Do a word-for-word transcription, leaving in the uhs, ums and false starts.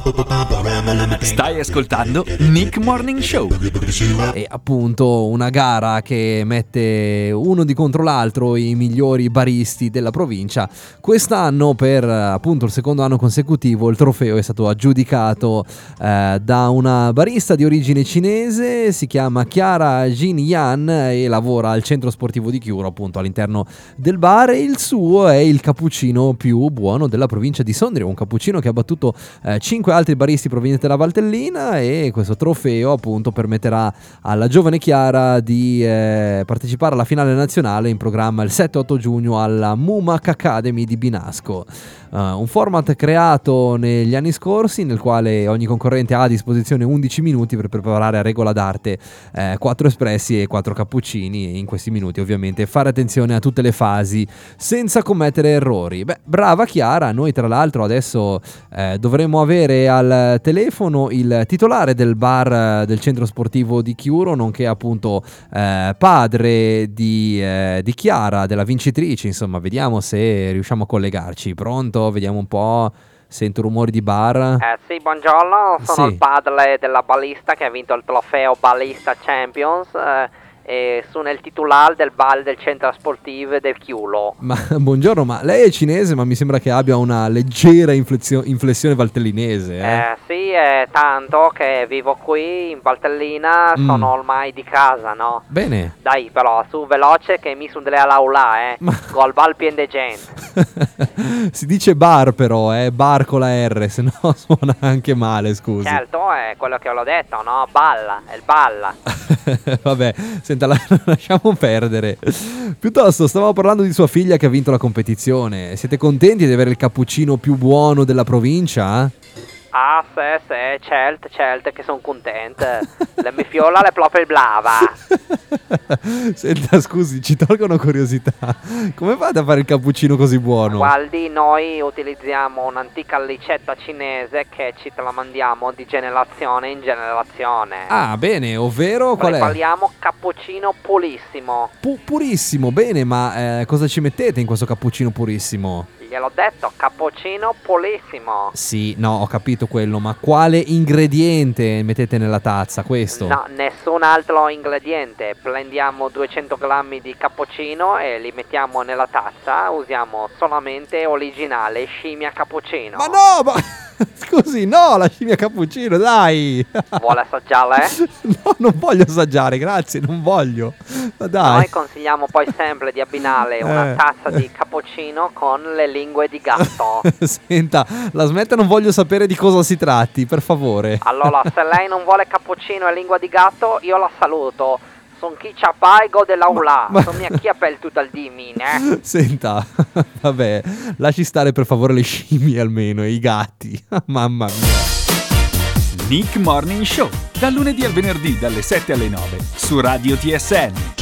Stai ascoltando Nick Morning Show. E appunto una gara che mette uno di contro l'altro i migliori baristi della provincia. Quest'anno, per appunto il secondo anno consecutivo, il trofeo è stato aggiudicato eh, da una barista di origine cinese, si chiama Chiara Jin Yan e lavora al centro sportivo di Chiuro, appunto all'interno del bar, e il suo è il cappuccino più buono della provincia di Sondrio, un cappuccino che ha battuto eh, cinque altri baristi provenienti dalla Valtellina, e questo trofeo appunto permetterà alla giovane Chiara di eh, partecipare alla finale nazionale in programma il sette otto giugno alla Mumac Academy di Binasco. Uh, un format creato negli anni scorsi nel quale ogni concorrente ha a disposizione undici minuti per preparare a regola d'arte eh, quattro espressi e quattro cappuccini, e in questi minuti ovviamente fare attenzione a tutte le fasi senza commettere errori. Beh, brava Chiara. Noi tra l'altro adesso eh, dovremmo avere al telefono il titolare del bar eh, del centro sportivo di Chiuro, nonché appunto eh, padre di, eh, di Chiara, della vincitrice. Insomma, vediamo se riusciamo a collegarci. Pronto? Vediamo un po'. Sento rumori di bar. Eh sì, buongiorno, sono Sì. il padre della balista che ha vinto il trofeo Balista Champions eh, e sono il titolare del bar del centro sportivo del Chiulo. Ma buongiorno, ma lei è cinese, ma mi sembra che abbia una leggera inflessio- inflessione valtellinese, eh? Eh sì, è tanto che vivo qui in Valtellina, Mm. sono ormai di casa, no? Bene. Dai però, su veloce che mi sono delle all'aula, eh, Ma- col bal pieno di gente. Si dice bar però, eh, bar con la R, se no suona anche male, scusi. Certo, è quello che l'ho detto, no? Balla, è il balla. Vabbè, senta, la- lasciamo perdere. Piuttosto, stavamo parlando di sua figlia che ha vinto la competizione. Siete contenti di avere il cappuccino più buono della provincia? Ah, sì, sì, certo, certo che sono contenta. La mia fiola è proprio brava. Senta, scusi, ci tolgono curiosità. Come fate a fare il cappuccino così buono? Guardi, noi utilizziamo un'antica ricetta cinese che ci tramandiamo di generazione in generazione. Ah, bene, ovvero qual è? Prepariamo cappuccino purissimo. Pu- purissimo, bene, ma eh, cosa ci mettete in questo cappuccino purissimo? Gliel'ho detto, cappuccino purissimo. Sì, no, ho capito quello, ma quale ingrediente mettete nella tazza? Questo? No, nessun altro ingrediente. Prendiamo duecento grammi di cappuccino e li mettiamo nella tazza. Usiamo solamente originale scimmia cappuccino. Ma no, ma... Scusi, no, la scimmia cappuccino, dai! Vuole assaggiare? No, non voglio assaggiare, grazie, non voglio. Ma dai. Noi consigliamo poi sempre di abbinare una Eh. tazza di cappuccino con le lingue di gatto. Senta, la smetta, non voglio sapere di cosa si tratti, per favore. Allora, se lei non vuole cappuccino e lingua di gatto, io la saluto. Son chi ciapaigo dell'aula, Ma- son mia chi per tutto il dimmi, eh? Senta, vabbè, lasci stare per favore le scimmie almeno, e i gatti. Mamma mia. Nick Morning Show, dal lunedì al venerdì dalle sette alle nove su Radio T S N.